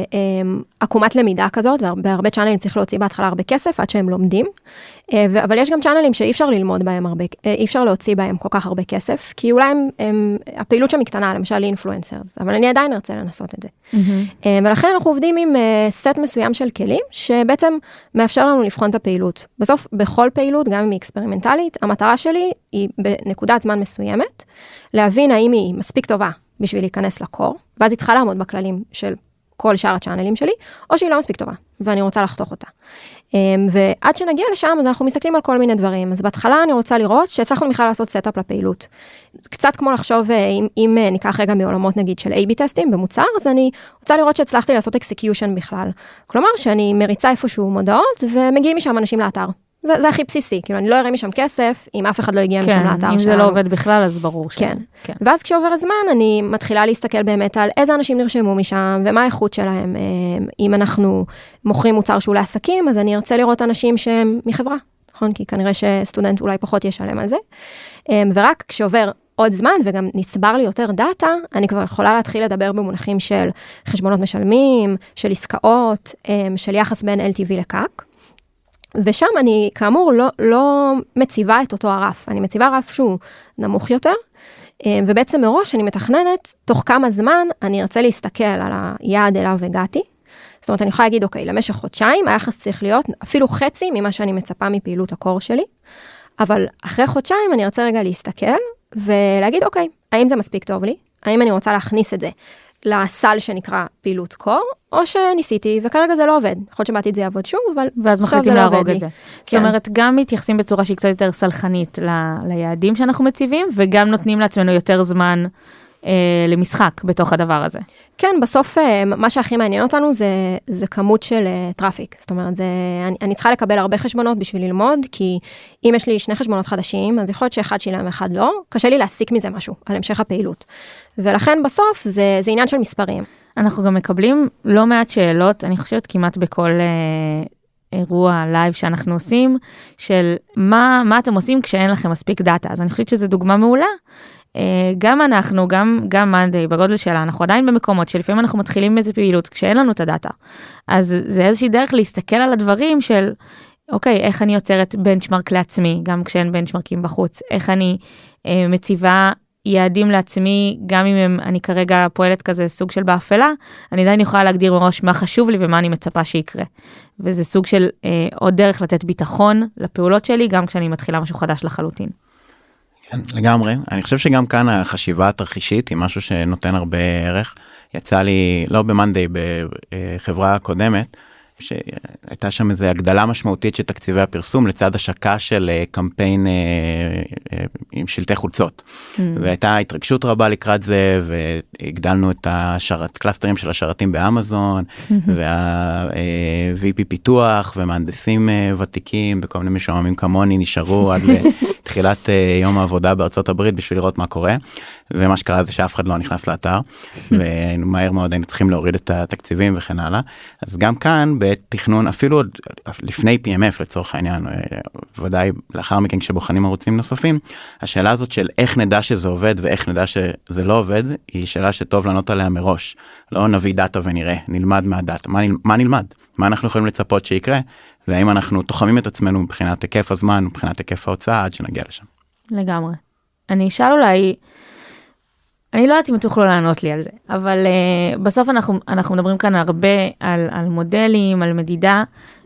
עקומת למידה כזאת, והרבה צ'אנלים צריך להוציא בהתחלה הרבה כסף, עד שהם לומדים. אבל יש גם צ'אנלים שאי אפשר ללמוד בהם אי אפשר להוציא בהם כל כך הרבה כסף, כי אולי הפעילות שם היא קטנה, למשל לאינפלואנסרס, אבל אני עדיין ארצה לנסות את זה. ולכן אנחנו עובדים עם סט מסוים של כלים, שבעצם מאפשר לנו לבחון את הפעילות. בסוף, בכל פעילות, גם אם היא אקספרימנטלית, המטרה שלי היא בנקודת זמן מסוימת, להבין האם היא מספיק טובה בשביל להיכנס לקור, ואז היא צריכה לעמוד בכללים של כל שאר הצ'אנלים שלי, או שהיא לא מספיק טובה, ואני רוצה לחתוך אותה. ועד שנגיע לשם, אז אנחנו מסתכלים על כל מיני דברים. אז בהתחלה אני רוצה לראות שהצלחנו בכלל לעשות סטאפ לפעילות. קצת כמו לחשוב, אם ניקח רגע מעולמות נגיד של A/B טסטים במוצר, אז אני רוצה לראות שהצלחתי לעשות אקסקיושן בכלל. כלומר, שאני מריצה איפשהו מודעות, ומגיעים משם אנשים לאתר. זה הכי בסיסי, כאילו אני לא אראה משם כסף, אם אף אחד לא הגיע משם לאתר שלנו. אם זה לא עובד בכלל, אז ברור שלא. כן. ואז כשעובר הזמן, אני מתחילה להסתכל באמת על איזה אנשים נרשמו משם, ומה האיכות שלהם. אם אנחנו מוכרים מוצר שהוא לעסקים, אז אני ארצה לראות אנשים שהם מחברה, נכון? כי כנראה שסטודנט אולי פחות ישלם על זה. ורק כשעובר עוד זמן, וגם נסבר לי יותר דאטה, אני כבר יכולה להתחיל לדבר במונחים של חשבונות משלמים, של עסקאות, של יחס בין LTV לקאק. ושם אני, כאמור, לא מציבה את אותו הרף. אני מציבה רף שהוא נמוך יותר, ובעצם מראש אני מתכננת, תוך כמה זמן אני ארצה להסתכל על היעד אליו הגעתי. זאת אומרת, אני יכולה להגיד, אוקיי, למשך חודשיים, היחס צריך להיות אפילו חצי ממה שאני מצפה מפעילות הקור שלי, אבל אחרי חודשיים אני ארצה רגע להסתכל, ולהגיד, אוקיי, האם זה מספיק טוב לי? האם אני רוצה להכניס את זה לסל שנקרא פעילות קור, או שניסיתי, וכרגע זה לא עובד. יכול להיות שבעתיד זה יעבוד שוב, אבל ואז מחליטים להרוג את זה. זאת אומרת, גם מתייחסים בצורה שהיא קצת יותר סלחנית ליעדים שאנחנו מציבים, וגם נותנים לעצמנו יותר זמן למשחק בתוך הדבר הזה. כן, בסוף מה שהכי מעניין אותנו זה כמות של טראפיק. זאת אומרת, אני צריכה לקבל הרבה חשבונות בשביל ללמוד, כי אם יש לי 2 חשבונות חדשים, אז יכול להיות שאחד שילם ואחד לא, קשה לי להסיק מזה משהו על המשך הפעילות. ולכן בסוף זה עניין של מספרים. אנחנו גם מקבלים לא מעט שאלות, אני חושבת כמעט בכל אירוע לייב שאנחנו עושים, של מה אתם עושים כשאין לכם מספיק דאטה. אז אני חושבת שזו דוגמה מעולה. גם אנחנו, גם מאנדיי, בגודל שלה, אנחנו עדיין במקומות שלפעמים אנחנו מתחילים באיזה פעילות כשאין לנו את הדאטה. אז זה איזושהי דרך להסתכל על הדברים של, אוקיי, איך אני יוצרת בנצ'מרק לעצמי, גם כשאין בנצ'מרקים בחוץ, איך אני מציבה יעדים לעצמי, גם אם אני כרגע פועלת כזה סוג של באפלה, אני עדיין יכולה להגדיר מראש מה חשוב לי ומה אני מצפה שיקרה. וזה סוג של עוד דרך לתת ביטחון לפעולות שלי, גם כשאני מתחילה משהו חדש לחלוטין. כן, לגמרי. אני חושב שגם כאן החשיבה התרחישית היא משהו שנותן הרבה ערך. יצא לי, לא במאנדיי, בחברה קודמת, שהייתה שם איזו הגדלה משמעותית של תקציבי הפרסום, לצד השקה של קמפיין עם שלטי חולצות. והייתה התרגשות רבה לקראת זה, והגדלנו את קלאסטרים של השרתים באמזון, וה-VP פיתוח, ומהנדסים ותיקים, בכל מיני משועממים כמוני, נשארו עד לתחילת יום העבודה בארצות הברית, בשביל לראות מה קורה. ומה שקרה זה שאף אחד לא נכנס לאתר, ומהר מאוד היינו צריכים להוריד את התקציבים וכן הלאה. אז גם כאן, בתכנון, אפילו לפני PMF לצורך העניין, ודאי לאחר מכן כשבוחנים ערוצים נוספים, השאלה הזאת של איך נדע שזה עובד ואיך נדע שזה לא עובד, היא שאלה שטוב לענות עליה מראש. לא נביא דאטה ונראה, נלמד מהדאטה. מה נלמד? מה אנחנו יכולים לצפות שיקרה? והאם אנחנו תוחמים את עצמנו מבחינת היקף הזמן, מבחינת היקף ההוצאה, עד שנגיע לשם. לגמרי. אני אשאל אולי, אני לא יודעת אם תוכלו לענות לי על זה, אבל בסוף אנחנו מדברים כאן הרבה על מודלים, על מדידה,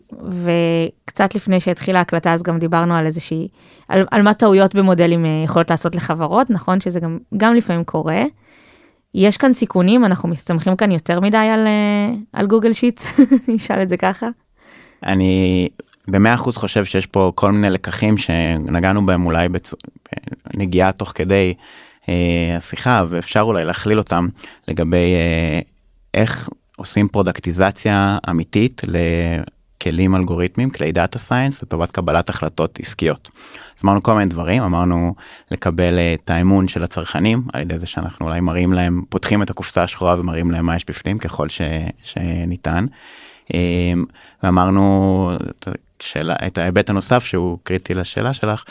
וקצת לפני שהתחילה ההקלטה, אז גם דיברנו על איזושהי, על מה טעויות במודלים יכולות לעשות לחברות, נכון שזה גם לפעמים קורה. יש כאן סיכונים, אנחנו מסתמכים כאן יותר מדי על גוגל שיטס, נשאל את זה ככה. אני ב100% חושב שיש פה כל מיני לקחים שנגענו בהם אולי בנגיעה תוך כדי השיחה, ואפשר אולי להכליל אותם לגבי איך עושים פרודקטיזציה אמיתית לכלים אלגוריתמיים, כלי דאטה סיינס, לטובת קבלת החלטות עסקיות. אז אמרנו כל מיני דברים, אמרנו לקבל את האמון של הצרכנים, על ידי זה שאנחנו אולי מראים להם, פותחים את הקופסה השחורה ומראים להם מה יש בפנים, ככל שניתן. ואמרנו את ההיבט הנוסף שהוא קריטי לשאלה שלך,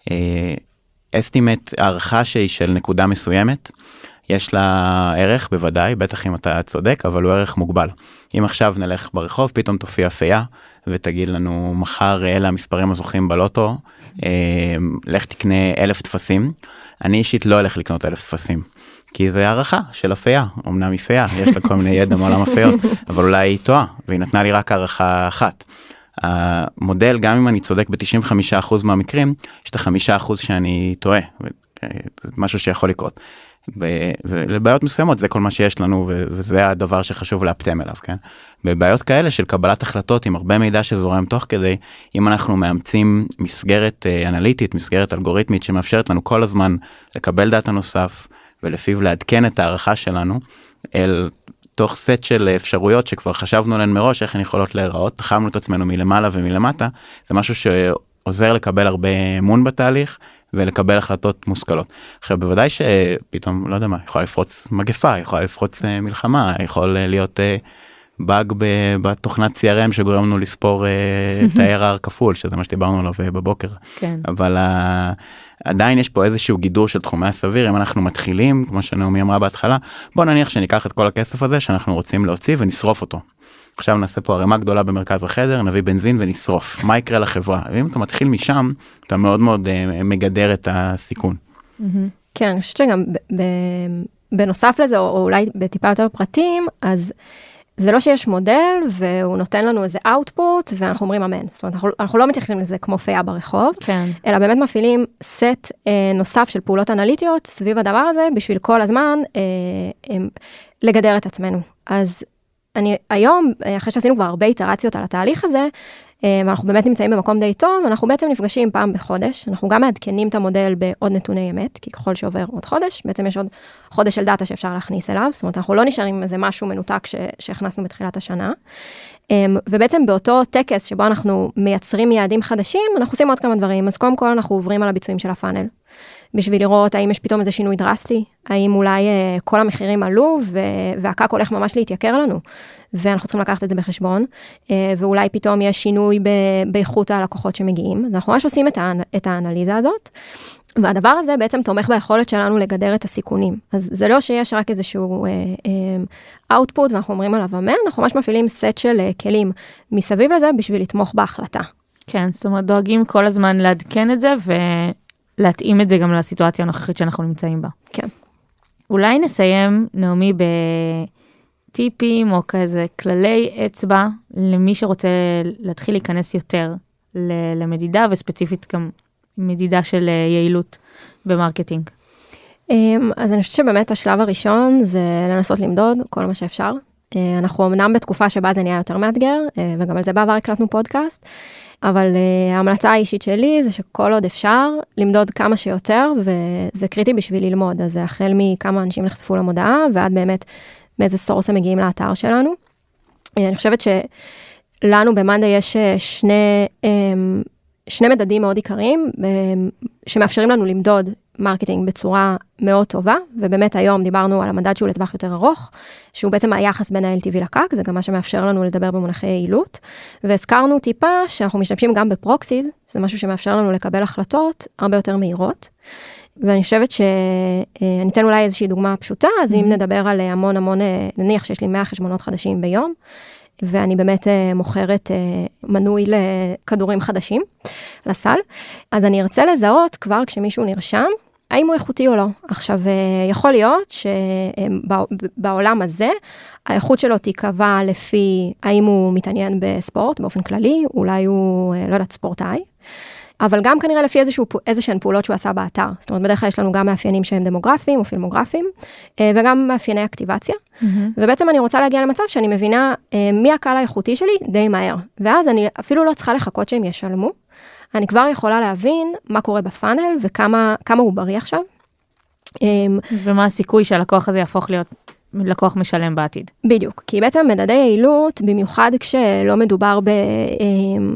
אסטימט, הערכה שהיא של נקודה מסוימת, יש לה ערך בוודאי, בטח אם אתה צודק, אבל הוא ערך מוגבל. אם עכשיו נלך ברחוב, פתאום תופיע פייה, ותגיד לנו, מחר אלה המספרים הזוכים בלוטו, לך תקנה 1,000 תפסים. אני אישית לא אלך לקנות 1,000 תפסים, כי זה הערכה של הפייה, אמנם היא פייה, יש לה כל מיני ידע מעולם הפיות, אבל אולי היא טועה, והיא נתנה לי רק הערכה אחת. המודל, גם אם אני צודק ב-95% מהמקרים, יש את ה5% שאני טועה, זה משהו שיכול לקרות. ולבעיות מסוימות זה כל מה שיש לנו, וזה הדבר שחשוב להפתם אליו, כן? בבעיות כאלה של קבלת החלטות עם הרבה מידע שזורם תוך כדי, אם אנחנו מאמצים מסגרת אנליטית, מסגרת אלגוריתמית שמאפשרת לנו כל הזמן לקבל דאטה נוסף, ולפיו לעדכן את הערכה שלנו, אל תוך סט של אפשרויות שכבר חשבנו עליהן מראש, איך הן יכולות להיראות, תחמנו את עצמנו מלמעלה ומלמטה, זה משהו שעוזר לקבל הרבה אמון בתהליך, ולקבל החלטות מושכלות. עכשיו, בוודאי שפתאום, לא יודע מה, יכולה לפרוץ מגפה, יכולה לפרוץ מלחמה, יכול להיות באג בתוכנת CRM שגורם לנו לספור את ה-ARR כפול, שזה מה שדיברנו עליו בבוקר. כן. אבל עדיין יש פה איזשהו גידור של תחומי הסביר, אם אנחנו מתחילים, כמו שנעמי אמרה בהתחלה, בוא נניח שניקח את כל הכסף הזה שאנחנו רוצים להוציא ונשרוף אותו. עכשיו נעשה פה ערימה גדולה במרכז החדר, נביא בנזין ונשרוף. מה יקרה לחברה? ואם אתה מתחיל משם, אתה מאוד מאוד מגדר את הסיכון. כן, אני חושבת שגם בנוסף לזה, או אולי בטיפה יותר פרטים, אז זה לא שיש מודל, והוא נותן לנו איזה output, ואנחנו אומרים אמן. זאת אומרת, אנחנו לא מתייחסים לזה כמו פייה ברחוב, כן. אלא באמת מפעילים סט נוסף של פעולות אנליטיות סביב הדבר הזה, בשביל כל הזמן לגדר את עצמנו. אז אני היום, אחרי שעשינו כבר הרבה איטרציות על התהליך הזה, ואנחנו באמת נמצאים במקום די טוב, אנחנו בעצם נפגשים פעם בחודש, אנחנו גם מעדכנים את המודל בעוד נתוני אמת, כי ככל שעובר עוד חודש, בעצם יש עוד חודש של דאטה שאפשר להכניס אליו, זאת אומרת, אנחנו לא נשארים עם איזה משהו מנותק שהכנסנו בתחילת השנה, ובעצם באותו טקס שבו אנחנו מייצרים יעדים חדשים, אנחנו עושים עוד כמה דברים, אז קודם כל אנחנו עוברים על הביצועים של הפאנל, בשביל לראות האם יש פתאום איזה שינוי דרסטי, האם אולי כל המחירים עלו, והקק הולך ממש להתייקר לנו, ואנחנו צריכים לקחת את זה בחשבון, ואולי פתאום יש שינוי באיכות הלקוחות שמגיעים, אז אנחנו ממש עושים את האנליזה הזאת, והדבר הזה בעצם תומך ביכולת שלנו לגדר את הסיכונים, אז זה לא שיש רק איזשהו output, ואנחנו אומרים עליו אמן, אנחנו ממש מפעילים סט של כלים מסביב לזה, בשביל לתמוך בהחלטה. כן, זאת אומרת, דואגים כל הזמן לעדכן את זה, להתאים את זה גם לסיטואציה הנוכחית שאנחנו נמצאים בה. כן. אולי נסיים, נעמי, בטיפים או כזה כללי אצבע למי שרוצה להתחיל להיכנס יותר למדידה, וספציפית גם מדידה של יעילות במרקטינג. אז אני חושבת שבאמת השלב הראשון זה לנסות למדוד כל מה שאפשר. אנחנו אמנם בתקופה שבה זה נהיה יותר מאתגר, וגם על זה בעבר הקלטנו פודקאסט, אבל ההמלצה האישית שלי זה שכל עוד אפשר למדוד כמה שיותר, וזה קריטי בשביל ללמוד, אז זה החל מכמה אנשים נחשפו למודעה, ועד באמת מאיזה סורס הם מגיעים לאתר שלנו. אני חושבת שלנו במאנדי יש שני מדדים מאוד עיקריים, שמאפשרים לנו למדוד מרקטינג בצורה מאוד טובה, ובאמת היום דיברנו על המדד שהוא לטווח יותר ארוך, שהוא בעצם היחס בין ה-LTV לקק, זה גם מה שמאפשר לנו לדבר במונחי יעילות, והזכרנו טיפה שאנחנו משתמשים גם בפרוקסיז, זה משהו שמאפשר לנו לקבל החלטות הרבה יותר מהירות, ואני חושבת שאני אתן אולי איזושהי דוגמה פשוטה, אז אם נדבר על המון, נניח שיש לי 100 חשבונות חדשים ביום, ואני באמת מוכרת מנוי לכדורים חדשים לסל, אז אני ארצה לזהות כבר כשמישהו נרשם, האם הוא איכותי או לא. עכשיו, יכול להיות שבעולם הזה, האיכות שלו תיקבע לפי האם הוא מתעניין בספורט באופן כללי, אולי הוא, לא יודעת, ספורטאי, אבל גם כנראה לפי איזשהן פעולות שהוא עשה באתר. זאת אומרת, בדרך כלל יש לנו גם מאפיינים שהם דמוגרפיים או פילמוגרפיים, וגם מאפייני אקטיבציה. ובעצם אני רוצה להגיע למצב שאני מבינה מי הקהל האיכותי שלי די מהר. ואז אני אפילו לא צריכה לחכות שהם ישלמו. אני כבר יכולה להבין מה קורה בפאנל וכמה הוא בריא עכשיו. ומה הסיכוי שהלקוח הזה יהפוך להיות לקוח משלם בעתיד. בדיוק, כי בעצם מדדי יעילות, במיוחד כשלא מדובר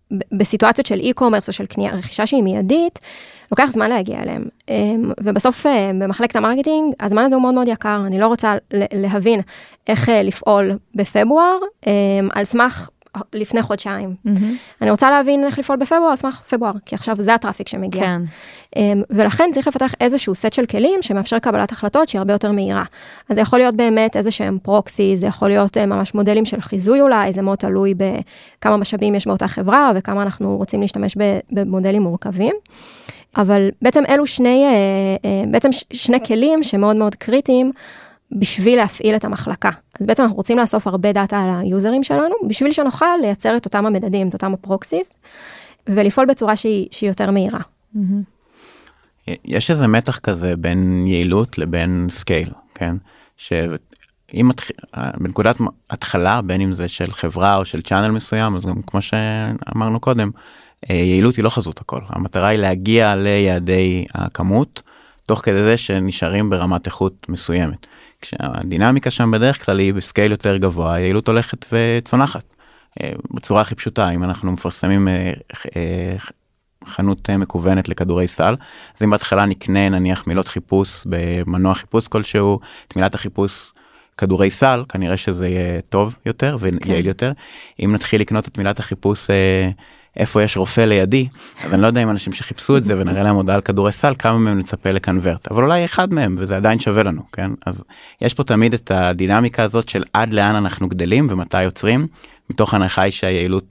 בסיטואציות של e-commerce או של רכישה שהיא מיידית, לוקח זמן להגיע אליהם. ובסוף במחלקת המרקטינג, הזמן הזה הוא מאוד מאוד יקר. אני לא רוצה להבין איך לפעול בפברואר על סמך לפני חודשיים. אני רוצה להבין איך לפעול בפברואר על סמך פברואר, כי עכשיו זה הטראפיק שמגיע. כן. ולכן צריך לפתח איזשהו סט של כלים שמאפשר קבלת החלטות שהיא הרבה יותר מהירה. אז זה יכול להיות באמת איזשהם פרוקסי, זה יכול להיות ממש מודלים של חיזוי אולי, זה מאוד תלוי בכמה משאבים יש באותה חברה, וכמה אנחנו רוצים להשתמש במודלים מורכבים. אבל בעצם אלו שני כלים שמאוד מאוד קריטיים, בשביל להפעיל את המחלקה. אז בעצם אנחנו רוצים לאסוף הרבה דאטה על היוזרים שלנו, בשביל שנוכל לייצר את אותם המדדים, את אותם הפרוקסיס, ולפעול בצורה שהיא יותר מהירה. יש איזה מתח כזה בין יעילות לבין סקייל, כן? שאם בנקודת התחלה, בין אם זה של חברה או של צ'אנל מסוים, אז גם כמו שאמרנו קודם, יעילות היא לא חזות הכל. המטרה היא להגיע ליעדי הכמות, תוך כדי זה שנשארים ברמת איכות מסוימת. כשהדינמיקה שם בדרך כלל היא בסקייל יותר גבוה, היעילות הולכת וצונחת. בצורה הכי פשוטה, אם אנחנו מפרסמים חנות מקוונת לכדורי סל, אז אם בהתחלה נקנה נניח מילות חיפוש במנוע חיפוש כלשהו, את מילת החיפוש כדורי סל, כנראה שזה יהיה טוב יותר ויעיל יותר. אם נתחיל לקנות את מילת החיפוש איפה יש רופא לידי, אז אני לא יודע אם אנשים שחיפשו את זה ונראה להם הודעה על כדורי סל, כמה מהם נצפה לקנברט, אבל אולי אחד מהם, וזה עדיין שווה לנו, כן? אז יש פה תמיד את הדינמיקה הזאת של עד לאן אנחנו גדלים ומתי יוצרים, מתוך הנחה היא שהיעילות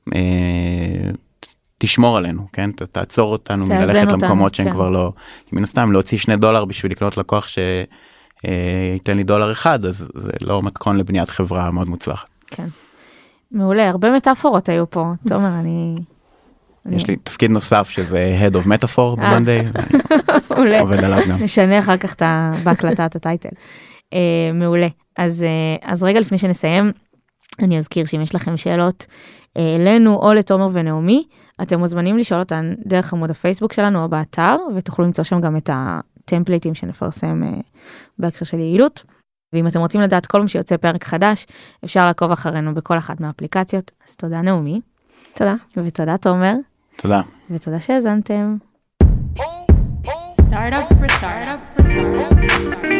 תשמור עלינו, כן? תעצור אותנו מללכת למקומות שהם כבר לא, מן הסתם להוציא $2 בשביל לקנות לקוח שייתן לי $1, אז זה לא מתכון לבניית חברה מאוד מוצלחת. כן. מעולה, הרבה מטאפורות היו פה, תומר, יש לי תפקיד נוסף שזה Head of Metaphor במנדי, עובד עליו גם. נשנה אחר כך בהקלטה את הטייטל. מעולה, אז רגע לפני שנסיים, אני אזכיר שאם יש לכם שאלות אלינו או לתומר ונעמי, אתם מוזמנים לשאול אותן דרך עמוד הפייסבוק שלנו או באתר, ותוכלו למצוא שם גם את הטמפליטים שנפרסם בהקשר של יעילות. ואם אתם רוצים לדעת כל מה שיוצא פרק חדש, אפשר לעקוב אחרינו בכל אחת מהאפליקציות. אז תודה נעמי. תודה. ותודה תומר. תודה. ותודה שהאזנתם. Startup for startup for startup.